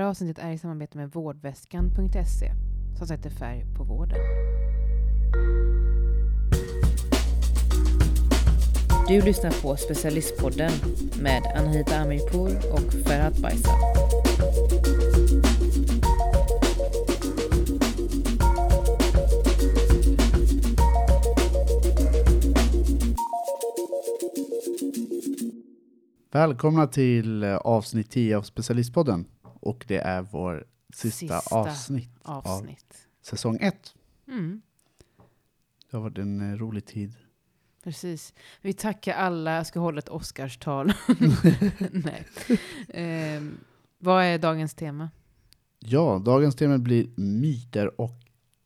här avsnittet är i samarbete med vårdväskan.se som sätter färg på vården. Du lyssnar på Specialistpodden med Anahita Amirpour och Ferhat Baisa. Välkomna till avsnitt 10 av Specialistpodden. Och det är vår sista avsnitt av säsong 1. Mm. Det har varit en rolig tid. Precis. Vi tackar alla. Jag ska hålla ett Oscarstal. Nej. Vad är dagens tema? Ja, dagens tema blir myter och...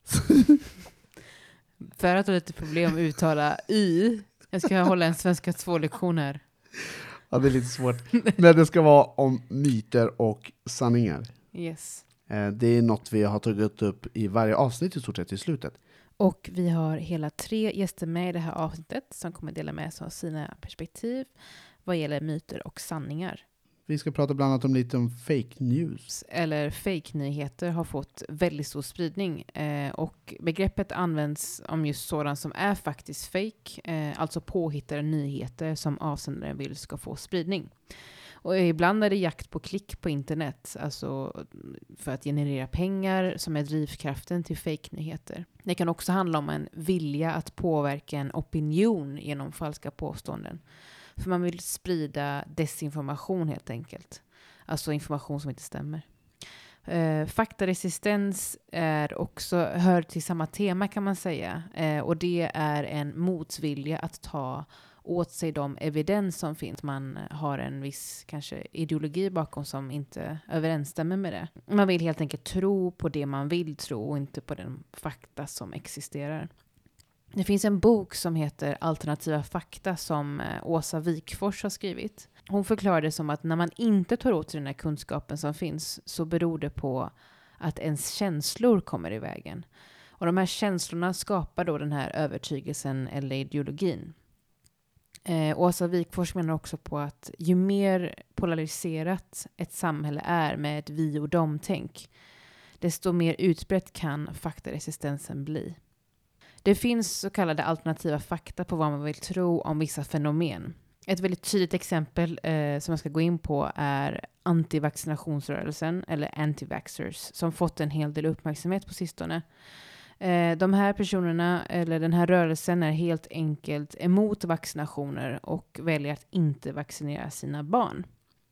För att ha lite problem att uttala y. Jag ska hålla en svenska 2-lektion här. Ja, det är lite svårt. Men det ska vara om myter och sanningar. Yes. Det är något vi har tagit upp i varje avsnitt i stort sett i slutet. Och vi har hela 3 gäster med i det här avsnittet som kommer dela med sig av sina perspektiv vad gäller myter och sanningar. Vi ska prata bland annat om lite om fake news. Eller fake-nyheter har fått väldigt stor spridning. Och begreppet används om just sådant som är faktiskt fake. Alltså påhittade nyheter som avsändaren vill ska få spridning. Och ibland är det jakt på klick på internet. Alltså för att generera pengar som är drivkraften till fake-nyheter. Det kan också handla om en vilja att påverka en opinion genom falska påståenden. För man vill sprida desinformation helt enkelt. Alltså information som inte stämmer. Faktaresistens hör till samma tema kan man säga. Och det är en motvilja att ta åt sig de evidens som finns. Man har en viss kanske ideologi bakom som inte överensstämmer med det. Man vill helt enkelt tro på det man vill tro och inte på den fakta som existerar. Det finns en bok som heter Alternativa fakta som Åsa Wikfors har skrivit. Hon förklarar det som att när man inte tar åt sig den här kunskapen som finns så beror det på att ens känslor kommer i vägen. Och de här känslorna skapar då den här övertygelsen eller ideologin. Åsa Wikfors menar också på att ju mer polariserat ett samhälle är med ett vi- och dom-tänk, desto mer utbrett kan faktaresistensen bli. Det finns så kallade alternativa fakta på vad man vill tro om vissa fenomen. Ett väldigt tydligt exempel som jag ska gå in på är antivaccinationsrörelsen eller anti-vaxxers som fått en hel del uppmärksamhet på sistone. De här personerna eller den här rörelsen är helt enkelt emot vaccinationer och väljer att inte vaccinera sina barn.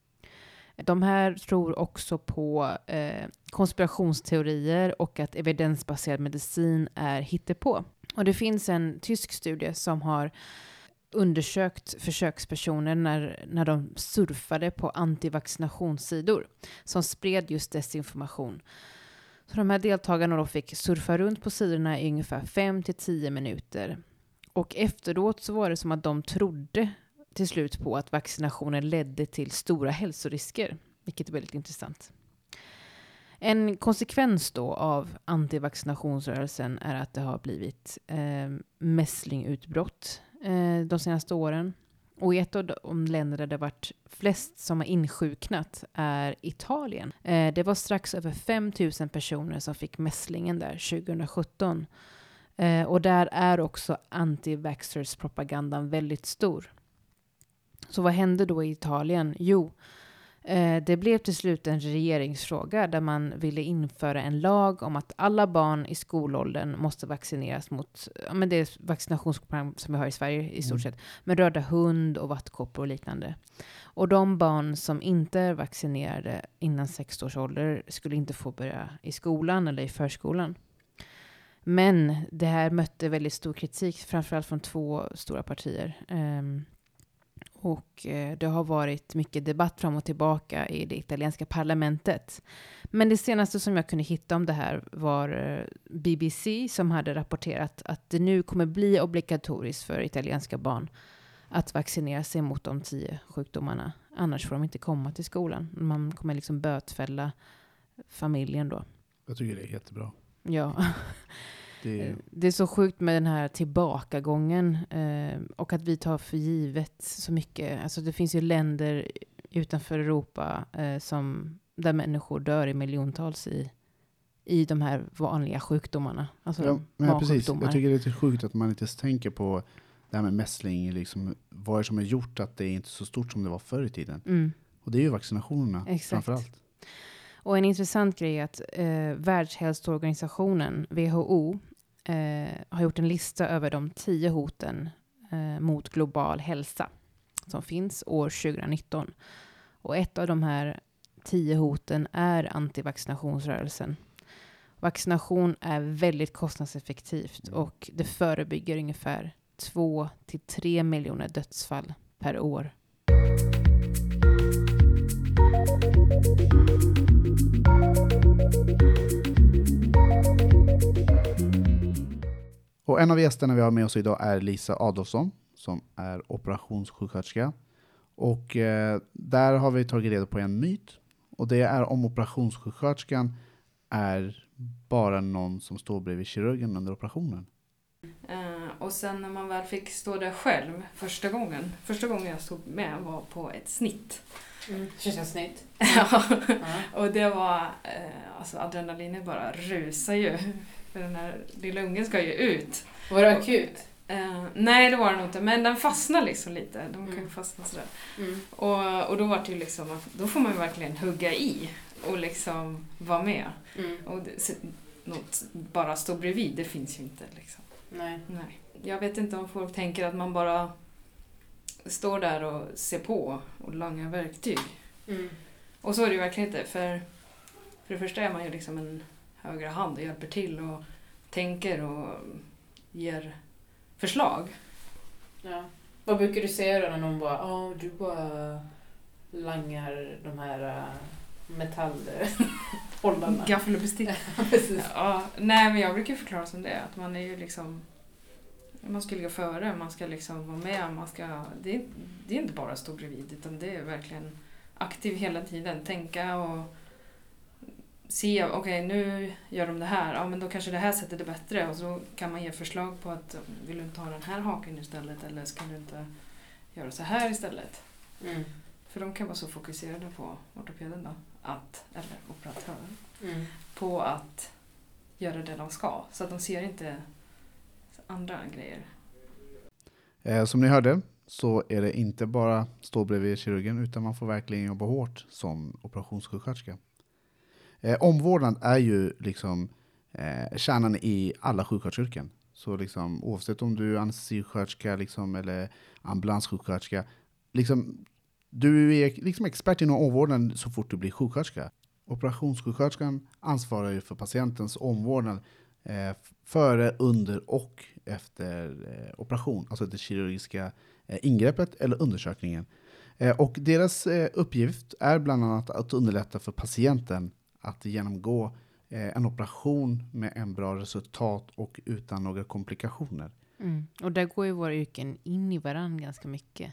De här tror också på konspirationsteorier och att evidensbaserad medicin är hittepå. Och det finns en tysk studie som har undersökt försökspersoner när de surfade på antivaccinationssidor som spred just desinformation. Så de här deltagarna då fick surfa runt på sidorna i ungefär 5-10 minuter. Och efteråt så var det som att de trodde till slut på att vaccinationer ledde till stora hälsorisker. Vilket är väldigt intressant. En konsekvens då av antivaccinationsrörelsen är att det har blivit mässlingutbrott de senaste åren. Och i ett av de länder där det har varit flest som har insjuknat är Italien. Det var strax över 5 000 personer som fick mässlingen där 2017. Och där är också anti-vaxxers propagandan väldigt stor. Så vad hände då i Italien? Jo, det blev till slut en regeringsfråga där man ville införa en lag om att alla barn i skolåldern måste vaccineras mot det vaccinationsprogram som vi har i Sverige i stort sett, med röda hund och vattkoppor och liknande. Och de barn som inte är vaccinerade innan 6 års ålder skulle inte få börja i skolan eller i förskolan. Men det här mötte väldigt stor kritik, framförallt från 2 stora partier. Och det har varit mycket debatt fram och tillbaka i det italienska parlamentet. Men det senaste som jag kunde hitta om det här var BBC som hade rapporterat att det nu kommer bli obligatoriskt för italienska barn att vaccinera sig mot de 10 sjukdomarna. Annars får de inte komma till skolan. Man kommer liksom bötfälla familjen då. Jag tycker det är jättebra. Ja. Det är så sjukt med den här tillbakagången och att vi tar för givet så mycket. Alltså det finns ju länder utanför Europa som där människor dör i miljontals i de här vanliga sjukdomarna. Alltså precis. Jag tycker det är lite sjukt att man inte tänker på det här med mässling. Liksom, vad är det som har gjort att det är inte så stort som det var förr i tiden? Och det är ju vaccinationerna framförallt. Och en intressant grej är att Världshälsoorganisationen, WHO, har gjort en lista över de 10 hoten mot global hälsa som finns år 2019. Och ett av de här 10 hoten är antivaccinationsrörelsen. Vaccination är väldigt kostnadseffektivt och det förebygger ungefär 2-3 miljoner dödsfall per år. Och en av gästerna vi har med oss idag är Lisa Adolfsson som är operationssjuksköterska. Och där har vi tagit reda på en myt. Och det är om operationssjuksköterskan är bara någon som står bredvid kirurgen under operationen. Och sen när man väl fick stå där själv första gången jag stod med var på ett snitt. Kejsarsnitt. Ja, och det var, alltså adrenalinet bara rusar ju. För den här lilla ungen ska ju ut. Var det akut? Nej, det var det nog inte. Men den fastnar liksom lite. De kan ju fastna sådär. Och då var det ju liksom att då får man verkligen hugga i och liksom vara med. Och något bara stå bredvid, det finns ju inte liksom. Nej. Jag vet inte om folk tänker att man bara står där och ser på och langar verktyg. Och så är det ju verkligen inte. För det första är man ju liksom en högra hand och hjälper till och tänker och ger förslag. Ja. Vad brukar du säga då när någon bara, du bara langar de här metallhållarna? Gaffel och bestick. Ja, nej, men jag brukar förklara som det. Att man är ju liksom, man ska ligga före, man ska liksom vara med, det är inte bara att stå bredvid, utan det är verkligen aktiv hela tiden. Tänka och se, okej, nu gör de det här. Ja, men då kanske det här sättet är bättre. Och så kan man ge förslag på att vill du inte ha den här haken istället? Eller ska du inte göra så här istället? För de kan vara så fokuserade på ortopeden då. Eller operatören. På att göra det de ska. Så att de ser inte andra grejer. Som ni hörde så är det inte bara stå bredvid kirurgen utan man får verkligen jobba hårt som operationssjuksköterska. Omvårdnad är ju liksom kärnan i alla sjuksköterskeyrken. Så liksom, oavsett om du är anestesisjuksköterska liksom, eller ambulanssjuksköterska, liksom, du är liksom expert inom omvårdnad så fort du blir sjuksköterska. Operationssjuksköterskan ansvarar ju för patientens omvårdnad före, under och efter operation, alltså det kirurgiska ingreppet eller undersökningen. Och deras uppgift är bland annat att underlätta för patienten att genomgå en operation med en bra resultat och utan några komplikationer. Och där går ju våra yrken in i varandra ganska mycket.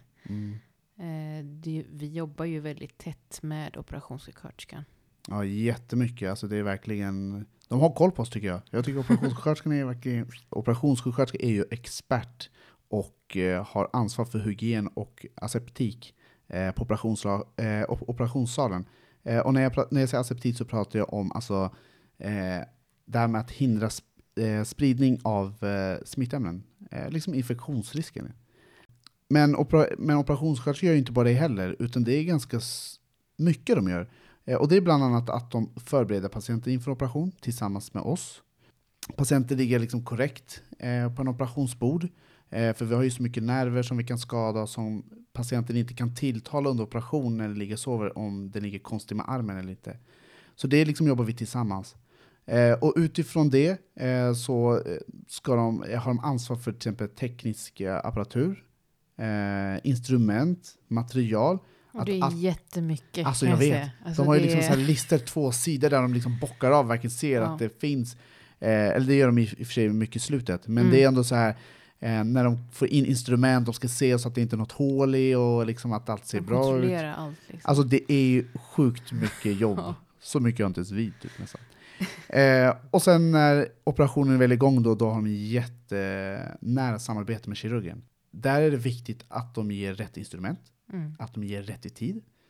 Vi jobbar ju väldigt tätt med operationssjuksköterskan. Ja, jättemycket. Alltså det är verkligen, de har koll på oss tycker jag. Jag tycker operationssjuksköterska är ju expert och har ansvar för hygien och aseptik på operationssalen. Och när jag säger aseptik så pratar jag om alltså, det här med att hindra spridning av smittämnen. Liksom infektionsrisken. Men operationssjuksköterskor gör ju inte bara det heller, utan det är ganska mycket de gör. Och det är bland annat att de förbereder patienter inför operation tillsammans med oss. Patienter ligger liksom korrekt på en operationsbord. För vi har ju så mycket nerver som vi kan skada som patienten inte kan tilltala under operationen eller ligger och sover om det ligger konstigt med armen eller inte. Så det liksom jobbar vi tillsammans. Och utifrån det så har de ansvar för till exempel teknisk apparatur, instrument, material. Och det är jättemycket. Alltså jag vet. Alltså de har ju liksom så här listor 2 sidor där de liksom bockar av verkligen ser att det finns. Eller det gör de i och för sig mycket i slutet. Men det är ändå så här när de får in instrument, de ska se så att det inte är något hål i och liksom att allt ser bra ut. Allt, liksom. Alltså det är ju sjukt mycket jobb. Så mycket jag inte ens vid typ, nästan. Och sen när operationen är väl igång då har de jättenära samarbete med kirurgen. Där är det viktigt att de ger rätt instrument. Att de ger rätt i tid.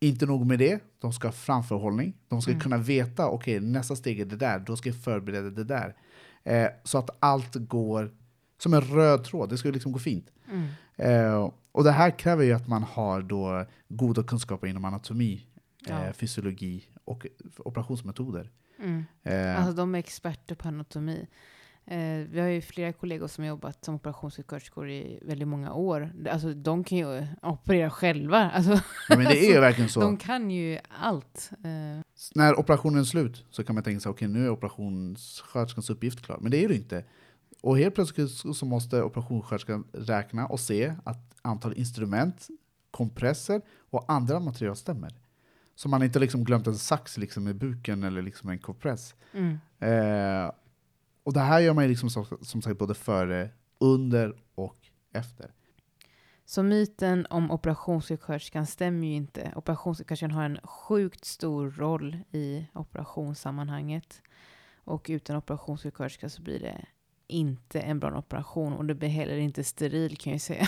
inte nog med det, de ska ha framförhållning. De ska kunna veta, okej, nästa steg är det där, då ska jag förbereda det där. Så att allt går som en röd tråd, det ska liksom gå fint. Och det här kräver ju att man har då goda kunskaper inom anatomi, fysiologi och operationsmetoder. Alltså de är experter på anatomi. Vi har ju flera kollegor som har jobbat som operationssjuksköterskor i väldigt många år. Alltså de kan ju operera själva. Alltså, Ja, men det är ju verkligen så. De kan ju allt. När operationen är slut så kan man tänka sig, okej, nu är operationssköterskans uppgift klar. Men det är det inte. Och helt plötsligt så måste operationssköterskan räkna och se att antal instrument, kompresser och andra material stämmer. Så man inte liksom glömt en sax liksom i buken eller liksom en kompress. Och det här gör man ju liksom som sagt både före, under och efter. Så myten om operationssjuksköterskan stämmer ju inte. Operationssjuksköterskan har en sjukt stor roll i operationssammanhanget. Och utan operationssjuksköterska så blir det inte en bra operation. Och det blir heller inte steril, kan jag säga.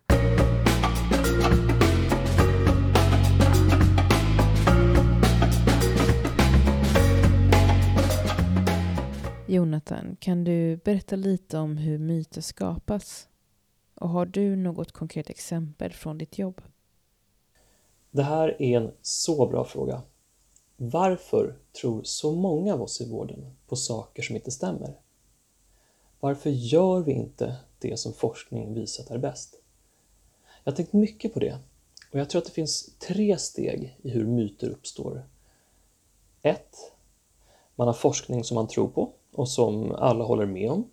Jonathan, kan du berätta lite om hur myter skapas? Och har du något konkret exempel från ditt jobb? Det här är en så bra fråga. Varför tror så många av oss i vården på saker som inte stämmer? Varför gör vi inte det som forskning visat är bäst? Jag har tänkt mycket på det och jag tror att det finns 3 steg i hur myter uppstår. 1. Man har forskning som man tror på och som alla håller med om.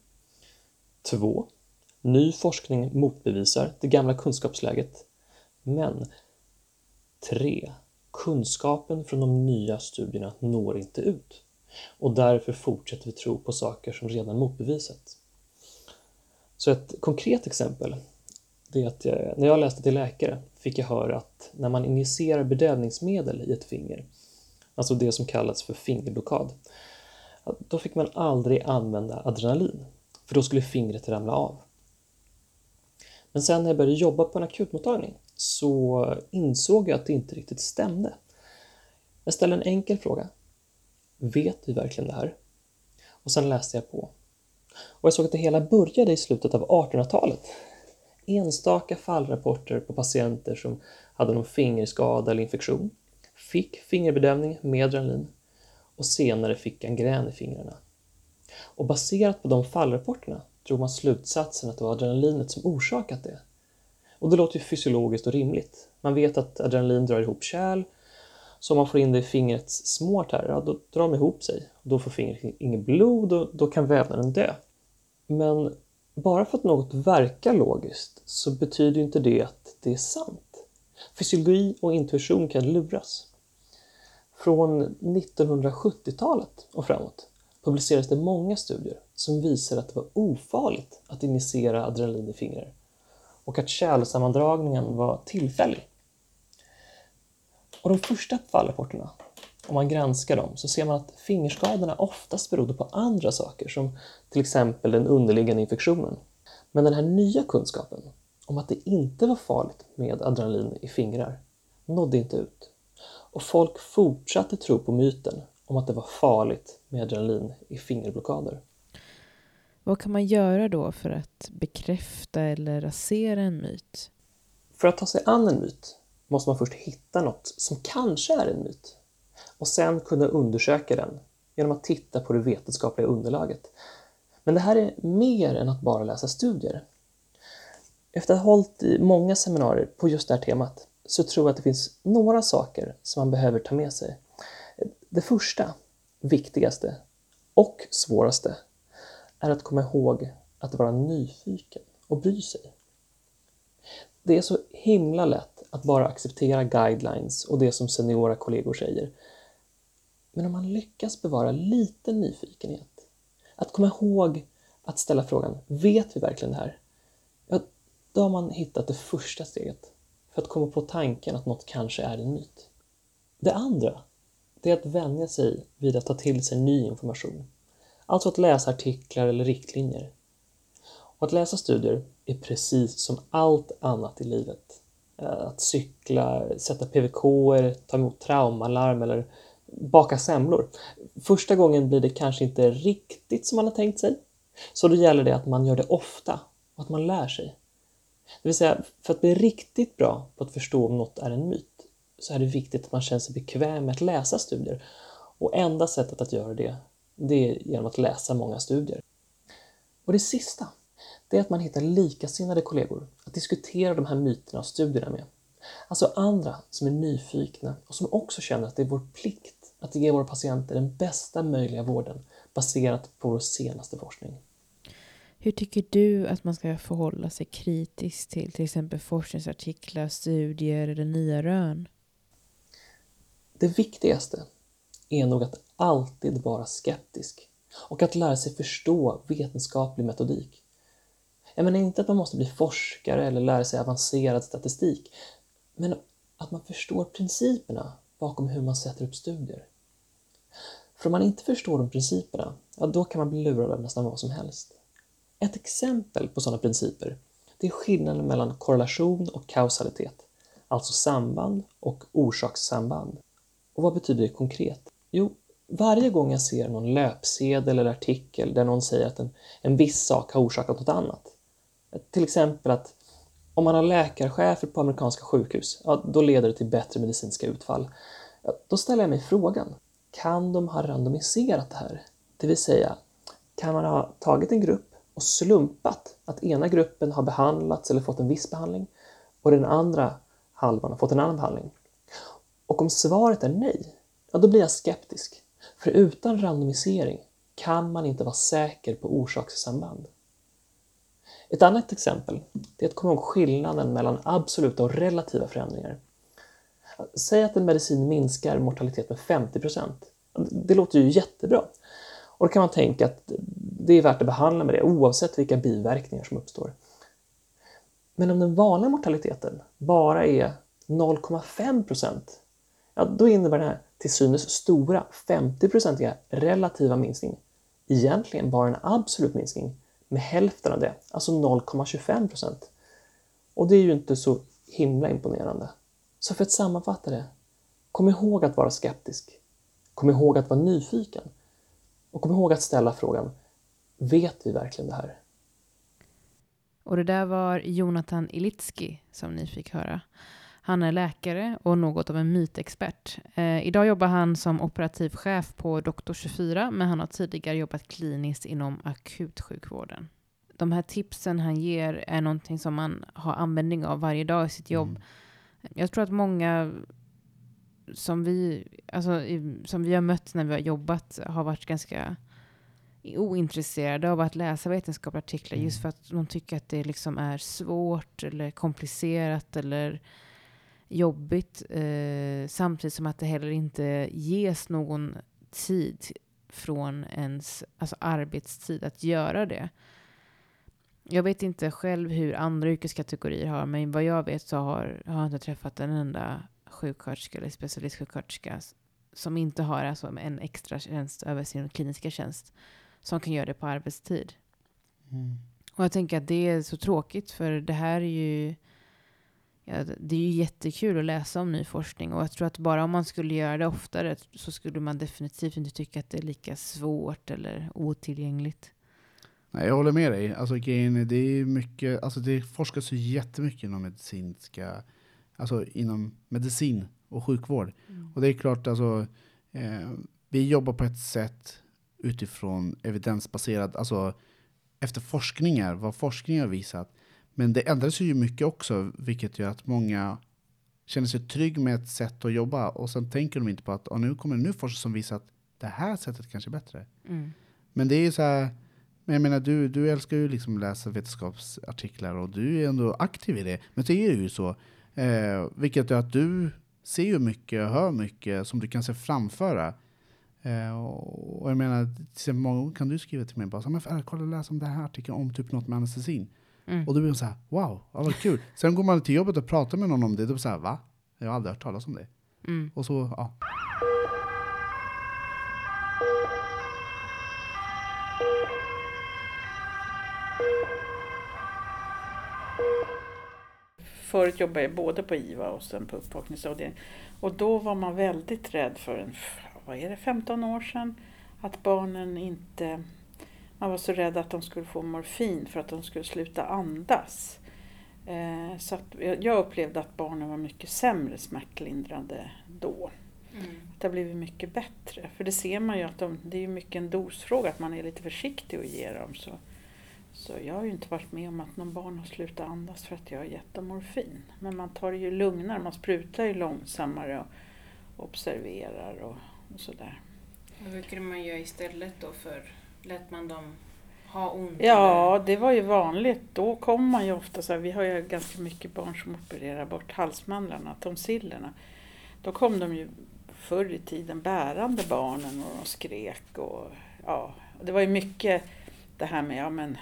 2. Ny forskning motbevisar det gamla kunskapsläget. Men 3. Kunskapen från de nya studierna når inte ut. Och därför fortsätter vi tro på saker som redan motbevisats. Så ett konkret exempel det är att när jag läste till läkare fick jag höra att när man injicerar bedövningsmedel i ett finger, alltså det som kallas för fingerblockad, då fick man aldrig använda adrenalin, för då skulle fingret ramla av. Men sen när jag började jobba på en akutmottagning så insåg jag att det inte riktigt stämde. Jag ställde en enkel fråga. Vet vi verkligen det här? Och sen läste jag på. Och jag såg att det hela började i slutet av 1800-talet. Enstaka fallrapporter på patienter som hade någon fingerskada eller infektion, fick fingerbedövning med adrenalin och senare fick gangrän i fingrarna. Och baserat på de fallrapporterna drog man slutsatsen att det var adrenalinet som orsakat det. Och det låter ju fysiologiskt och rimligt. Man vet att adrenalin drar ihop kärl, så om man får in det i fingrets små artärer, då drar de ihop sig. Då får fingret inget blod och då kan vävnaden dö. Men bara för att något verkar logiskt så betyder inte det att det är sant. Fysiologi och intuition kan luras. Från 1970-talet och framåt publicerades det många studier som visar att det var ofarligt att injicera adrenalin i fingrar och att kärlsammandragningen var tillfällig. Och de första fallrapporterna, om man granskar dem, så ser man att fingerskadorna oftast berodde på andra saker som till exempel den underliggande infektionen. Men den här nya kunskapen om att det inte var farligt med adrenalin i fingrar nådde inte ut. Och folk fortsatte tro på myten om att det var farligt med adrenalin i fingerblockader. Vad kan man göra då för att bekräfta eller rasera en myt? För att ta sig an en myt måste man först hitta något som kanske är en myt och sen kunna undersöka den genom att titta på det vetenskapliga underlaget. Men det här är mer än att bara läsa studier. Efter att ha hållit i många seminarier på just det här temat så tror jag att det finns några saker som man behöver ta med sig. Det första, viktigaste och svåraste är att komma ihåg att vara nyfiken och bry sig. Det är så himla lätt att bara acceptera guidelines och det som seniora kollegor säger. Men om man lyckas bevara lite nyfikenhet, att komma ihåg att ställa frågan, vet vi verkligen det här? Ja, då har man hittat det första steget för att komma på tanken att något kanske är en myt. Det andra, det är att vänja sig vid att ta till sig ny information. Alltså att läsa artiklar eller riktlinjer. Och att läsa studier är precis som allt annat i livet. att cykla, sätta PVK, ta emot traumalarm eller baka semlor. Första gången blir det kanske inte riktigt som man har tänkt sig. Så då gäller det att man gör det ofta och att man lär sig. Det vill säga, för att bli riktigt bra på att förstå om något är en myt så är det viktigt att man känner sig bekväm med att läsa studier. Och enda sättet att göra det är genom att läsa många studier. Och det sista, det är att man hittar likasinnade kollegor att diskutera de här myterna och studierna med. Alltså andra som är nyfikna och som också känner att det är vår plikt att ge våra patienter den bästa möjliga vården baserat på vår senaste forskning. Hur tycker du att man ska förhålla sig kritiskt till exempel forskningsartiklar, studier eller nya rön? Det viktigaste är nog att alltid vara skeptisk och att lära sig förstå vetenskaplig metodik. Jag menar inte att man måste bli forskare eller lära sig avancerad statistik, men att man förstår principerna bakom hur man sätter upp studier. För om man inte förstår de principerna, ja, då kan man bli lurad av nästan vad som helst. Ett exempel på sådana principer, det är skillnaden mellan korrelation och kausalitet, alltså samband och orsakssamband. Och vad betyder det konkret? Jo, varje gång jag ser någon löpsedel eller artikel där någon säger att en viss sak har orsakat något annat. Till exempel att om man har läkarchefer på amerikanska sjukhus, ja, då leder det till bättre medicinska utfall. Ja, då ställer jag mig frågan, kan de ha randomiserat det här? Det vill säga, kan man ha tagit en grupp och slumpat att ena gruppen har behandlats eller fått en viss behandling och den andra halvan har fått en annan behandling? Och om svaret är nej, ja, då blir jag skeptisk. För utan randomisering kan man inte vara säker på orsakssamband. Ett annat exempel är att komma ihåg skillnaden mellan absoluta och relativa förändringar. Säg att en medicin minskar mortalitet med 50%. Det låter ju jättebra. Och då kan man tänka att det är värt att behandla med det oavsett vilka biverkningar som uppstår. Men om den vanliga mortaliteten bara är 0,5%, ja, då innebär den här till synes stora 50% relativa minskning egentligen bara en absolut minskning med hälften av det, alltså 0,25%. Och det är ju inte så himla imponerande. Så för att sammanfatta det, kom ihåg att vara skeptisk. Kom ihåg att vara nyfiken. Och kom ihåg att ställa frågan, vet vi verkligen det här? Och det där var Jonathan Ilitsky som ni fick höra. Han är läkare och något av en mytexpert. Idag jobbar han som operativ chef på Doktor 24, men han har tidigare jobbat kliniskt inom akutsjukvården. De här tipsen han ger är någonting som man har användning av varje dag i sitt jobb. Jag tror att många som vi har mött när vi har jobbat har varit ganska ointresserade av att läsa vetenskapliga artiklar just för att de tycker att det liksom är svårt eller komplicerat eller jobbigt, samtidigt som att det heller inte ges någon tid från ens arbetstid att göra det. Jag vet inte själv hur andra yrkeskategorier har, men vad jag vet så har jag inte träffat en enda sjuksköterska eller specialistsjuksköterska som inte har en extra tjänst över sin kliniska tjänst som kan göra det på arbetstid. Och jag tänker att det är så tråkigt, för det här är ju det är ju jättekul att läsa om ny forskning, och jag tror att bara om man skulle göra det oftare så skulle man definitivt inte tycka att det är lika svårt eller otillgängligt. Nej, jag håller med dig. Alltså det är mycket, alltså det forskas ju jättemycket inom inom medicin och sjukvård. Och det är klart, vi jobbar på ett sätt utifrån evidensbaserad, alltså efter forskningar, vad forskningen har visat. Men det ändras ju mycket också, vilket gör att många känner sig trygg med ett sätt att jobba, och sen tänker de inte på att nu kommer en ny forskning som visar att det här sättet kanske är bättre. Men det är ju så här, men jag menar, du älskar ju liksom läsa vetenskapsartiklar och du är ändå aktiv i det. Men det är ju så, vilket gör att du ser ju mycket och hör mycket som du kan se framföra. Och jag menar, till exempel många gånger kan du skriva till mig bara, men kolla och läsa om den här artikeln om typ något med anestesin. Och då blir man så här, wow, vad kul. Sen går man till jobbet och pratar med någon om det, då blir så här, va? Jag har aldrig hört talas om det. Och så, ja. förut jobbade jag både på IVA och sen på uppvakningsavdelningen. Och då var man väldigt rädd för 15 år sedan, att barnen inte... Man var så rädd att de skulle få morfin för att de skulle sluta andas. Så att jag upplevde att barnen var mycket sämre smärtlindrande då. Det har blivit mycket bättre. För det ser man ju att det är ju mycket en dosfråga, att man är lite försiktig att ge dem. Så jag har ju inte varit med om att någon barn har slutat andas för att jag har gett dem morfin. Men man tar det ju lugnare, man sprutar ju långsammare och observerar och sådär. Vad brukar man göra istället då för? Lät man dem ha ont? Ja, eller? det var ju vanligt. Då kommer man ju ofta så här, vi har ju ganska mycket barn som opererar bort halsmandlarna, tonsillerna. Då kom de ju förr i tiden bärande barnen och de skrek. Och, ja, det var ju mycket det här med,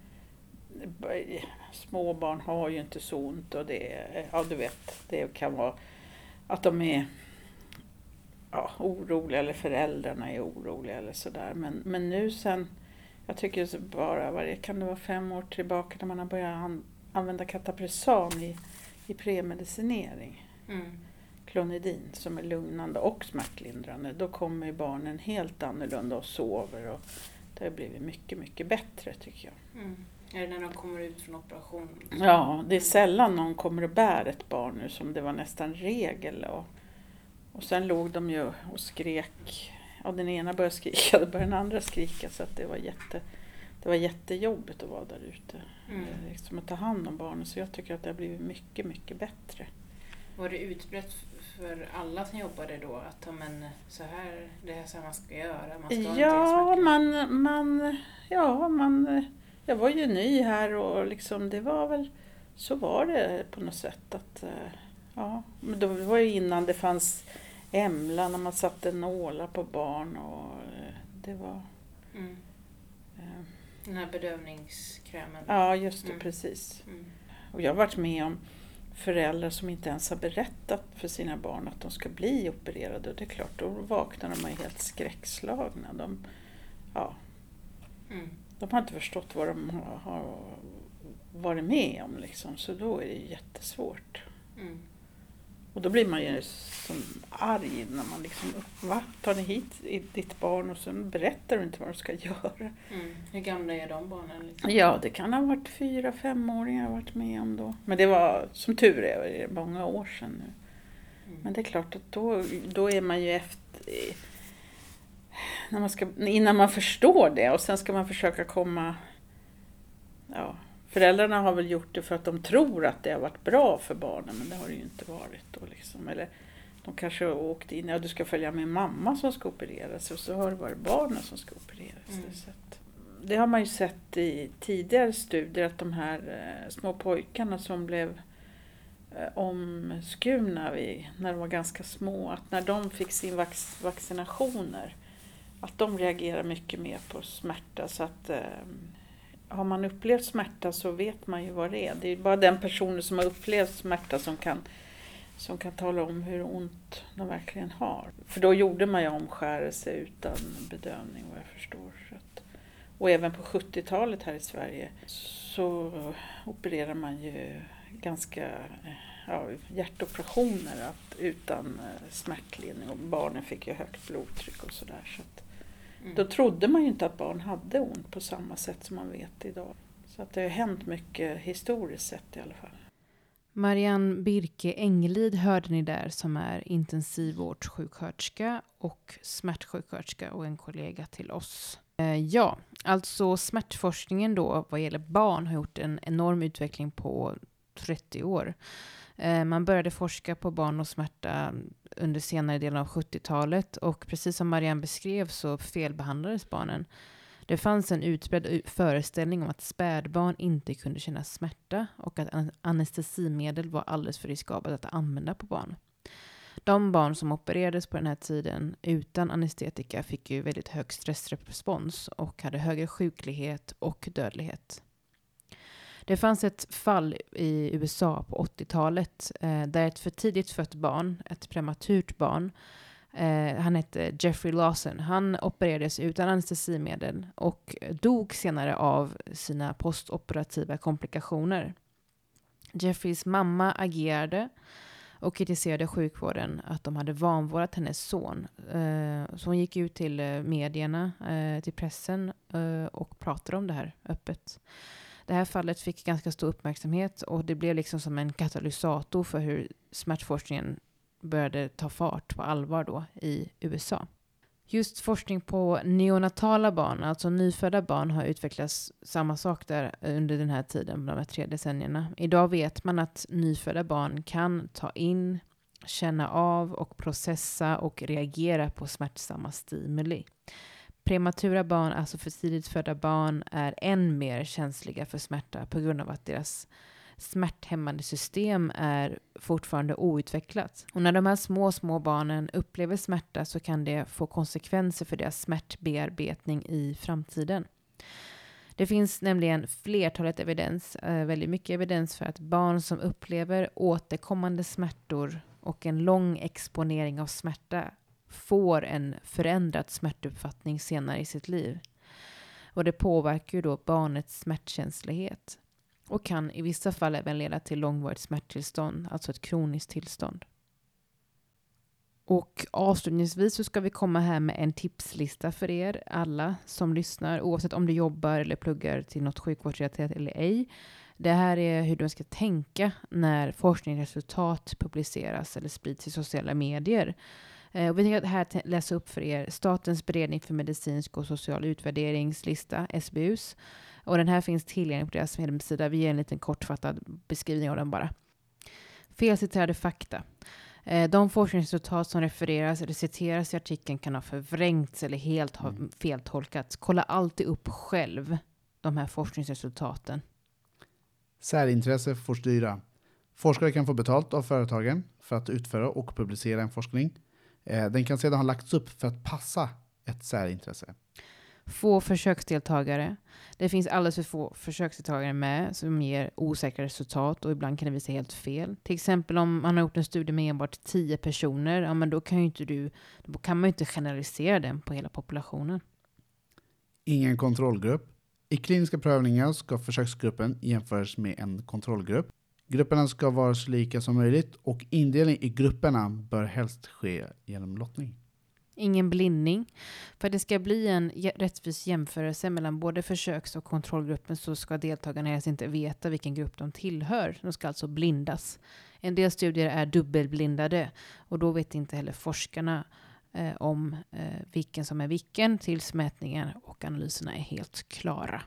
små barn har ju inte så ont och du vet, det kan vara att de är oroliga eller föräldrarna är oroliga eller sådär. Men nu sen, jag tycker bara, kan det vara 5 år tillbaka när man har börjat använda Captopril i premedicinering. Klonidin som är lugnande och smärtlindrande. Då kommer ju barnen helt annorlunda och sover och det har blivit mycket, mycket bättre tycker jag. Är det när de kommer ut från operation? Ja, det är sällan någon kommer och bär ett barn nu som det var nästan regel. Och sen låg de ju och skrek. Ja, den ena började skrika, då började den andra skrika. Så att det var jättejobbigt att vara där ute. Liksom att ta hand om barnen. Så jag tycker att det har blivit mycket, mycket bättre. Var det utbrett för alla som jobbade då att det är så här man ska göra? Man ska jag var ju ny här och liksom det var väl, så var det på något sätt att, men då var det innan det fanns ämla när man satte nålar på barn och det var... Den här bedövningskrämen. Ja, just det, precis. Och jag har varit med om föräldrar som inte ens har berättat för sina barn att de ska bli opererade. Och det är klart, då vaknar de helt skräckslagna. De har inte förstått vad de har varit med om. Liksom. Så då är det jättesvårt. Och då blir man ju som arg när man liksom, tar ni hit ditt barn och sen berättar du inte vad de ska göra. Hur gamla är de barnen? Liksom? Ja, det kan ha varit 4-5-åringar jag har varit med om då. Men det var, som tur är, många år sedan nu. Men det är klart att då är man ju efter... Innan man förstår det och sen ska man försöka komma... Ja, föräldrarna har väl gjort det för att de tror att det har varit bra för barnen, men det har det ju inte varit då liksom. Eller de kanske åkte in, du ska följa med mamma som ska opereras och så har det varit barnen som ska opereras. Så det har man ju sett i tidigare studier att de här små pojkarna som blev omskurna när de var ganska små, att när de fick sin vaccinationer att de reagerar mycket mer på smärta. Så att har man upplevt smärta så vet man ju vad det är. Det är bara den personen som har upplevt smärta som kan tala om hur ont de verkligen har. För då gjorde man ju omskärelse utan bedövning vad jag förstår. Och även på 70-talet här i Sverige så opererar man ju ganska hjärtoperationer utan smärtlindring. Och barnen fick ju högt blodtryck och sådär. Så då trodde man ju inte att barn hade ont på samma sätt som man vet idag. Så att det har hänt mycket historiskt sett i alla fall. Marianne Birke Englid hörde ni där, som är intensivvårdssjuksköterska och smärtsjuksköterska och en kollega till oss. Ja, alltså smärtforskningen då vad gäller barn har gjort en enorm utveckling på 30 år. Man började forska på barn och smärta under senare delen av 70-talet och precis som Marianne beskrev så felbehandlades barnen. Det fanns en utbredd föreställning om att spädbarn inte kunde känna smärta och att anestesimedel var alldeles för riskabelt att använda på barn. De barn som opererades på den här tiden utan anestetika fick ju väldigt hög stressrespons och hade högre sjuklighet och dödlighet. Det fanns ett fall i USA på 80-talet där ett för tidigt fött barn, ett prematurt barn, han hette Jeffrey Lawson. Han opererades utan anestesimedel och dog senare av sina postoperativa komplikationer. Jeffreys mamma agerade och kritiserade sjukvården att de hade vanvårdat hennes son. Så hon gick ut till medierna, till pressen och pratade om det här öppet. Det här fallet fick ganska stor uppmärksamhet och det blev liksom som en katalysator för hur smärtforskningen började ta fart på allvar då i USA. Just forskning på neonatala barn, alltså nyfödda barn, har utvecklats samma sak där under den här tiden, de här 3 decennierna. Idag vet man att nyfödda barn kan ta in, känna av och processa och reagera på smärtsamma stimuli. Prematura barn, alltså för tidigt födda barn, är än mer känsliga för smärta på grund av att deras smärthämmande system är fortfarande outvecklat. Och när de här små barnen upplever smärta så kan det få konsekvenser för deras smärtbearbetning i framtiden. Det finns nämligen flertalet evidens, väldigt mycket evidens för att barn som upplever återkommande smärtor och en lång exponering av smärta får en förändrad smärtuppfattning senare i sitt liv. Och det påverkar ju då barnets smärtkänslighet och kan i vissa fall även leda till långvarigt smärttillstånd, alltså ett kroniskt tillstånd. Och avslutningsvis så ska vi komma här med en tipslista för er alla som lyssnar, oavsett om du jobbar eller pluggar till något sjukvårdsrelaterat eller ej. Det här är hur du ska tänka när forskningsresultat publiceras eller sprids i sociala medier. Och vi tänker här läsa upp för er Statens beredning för medicinsk och social utvärderingslista, SBUs. Och den här finns tillgänglig på deras hemsida. Vi ger en liten kortfattad beskrivning av den bara. Felciterade fakta. De forskningsresultat som refereras eller citeras i artikeln kan ha förvrängts eller helt ha feltolkats. Kolla alltid upp själv de här forskningsresultaten. Särintresse får styra. Forskare kan få betalt av företagen för att utföra och publicera en forskning. Den kan sedan ha lagts upp för att passa ett särintresse. Få försöksdeltagare. Det finns alldeles för få försöksdeltagare med som ger osäkra resultat och ibland kan det visa helt fel. Till exempel om man har gjort en studie med enbart 10 personer, ja, men då kan man ju inte generalisera den på hela populationen. Ingen kontrollgrupp. I kliniska prövningar ska försöksgruppen jämföras med en kontrollgrupp. Grupperna ska vara så lika som möjligt och indelning i grupperna bör helst ske genom lottning. Ingen blindning. För att det ska bli en rättvis jämförelse mellan både försöks- och kontrollgruppen så ska deltagarna helst inte veta vilken grupp de tillhör. De ska alltså blindas. En del studier är dubbelblindade och då vet inte heller forskarna om vilken som är vilken tills mätningen och analyserna är helt klara.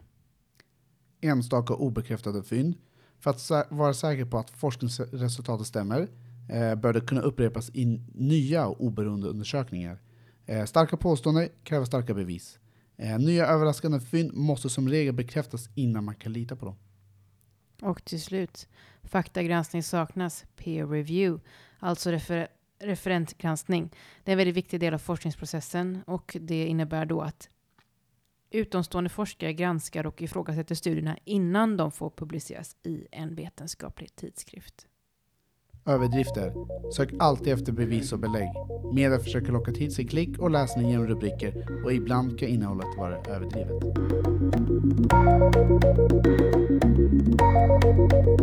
Enstaka obekräftade fynd. För att vara säker på att forskningsresultatet stämmer bör det kunna upprepas i nya oberoende undersökningar. Starka påståenden kräver starka bevis. Nya överraskande fynd måste som regel bekräftas innan man kan lita på dem. Och till slut, faktagranskning saknas, peer review, alltså referentgranskning. Det är en väldigt viktig del av forskningsprocessen och det innebär då att utomstående forskare granskar och ifrågasätter studierna innan de får publiceras i en vetenskaplig tidskrift. Överdrifter. Sök alltid efter bevis och belägg. Media försöker locka till sig klick och läsning genom rubriker och ibland kan innehållet vara överdrivet.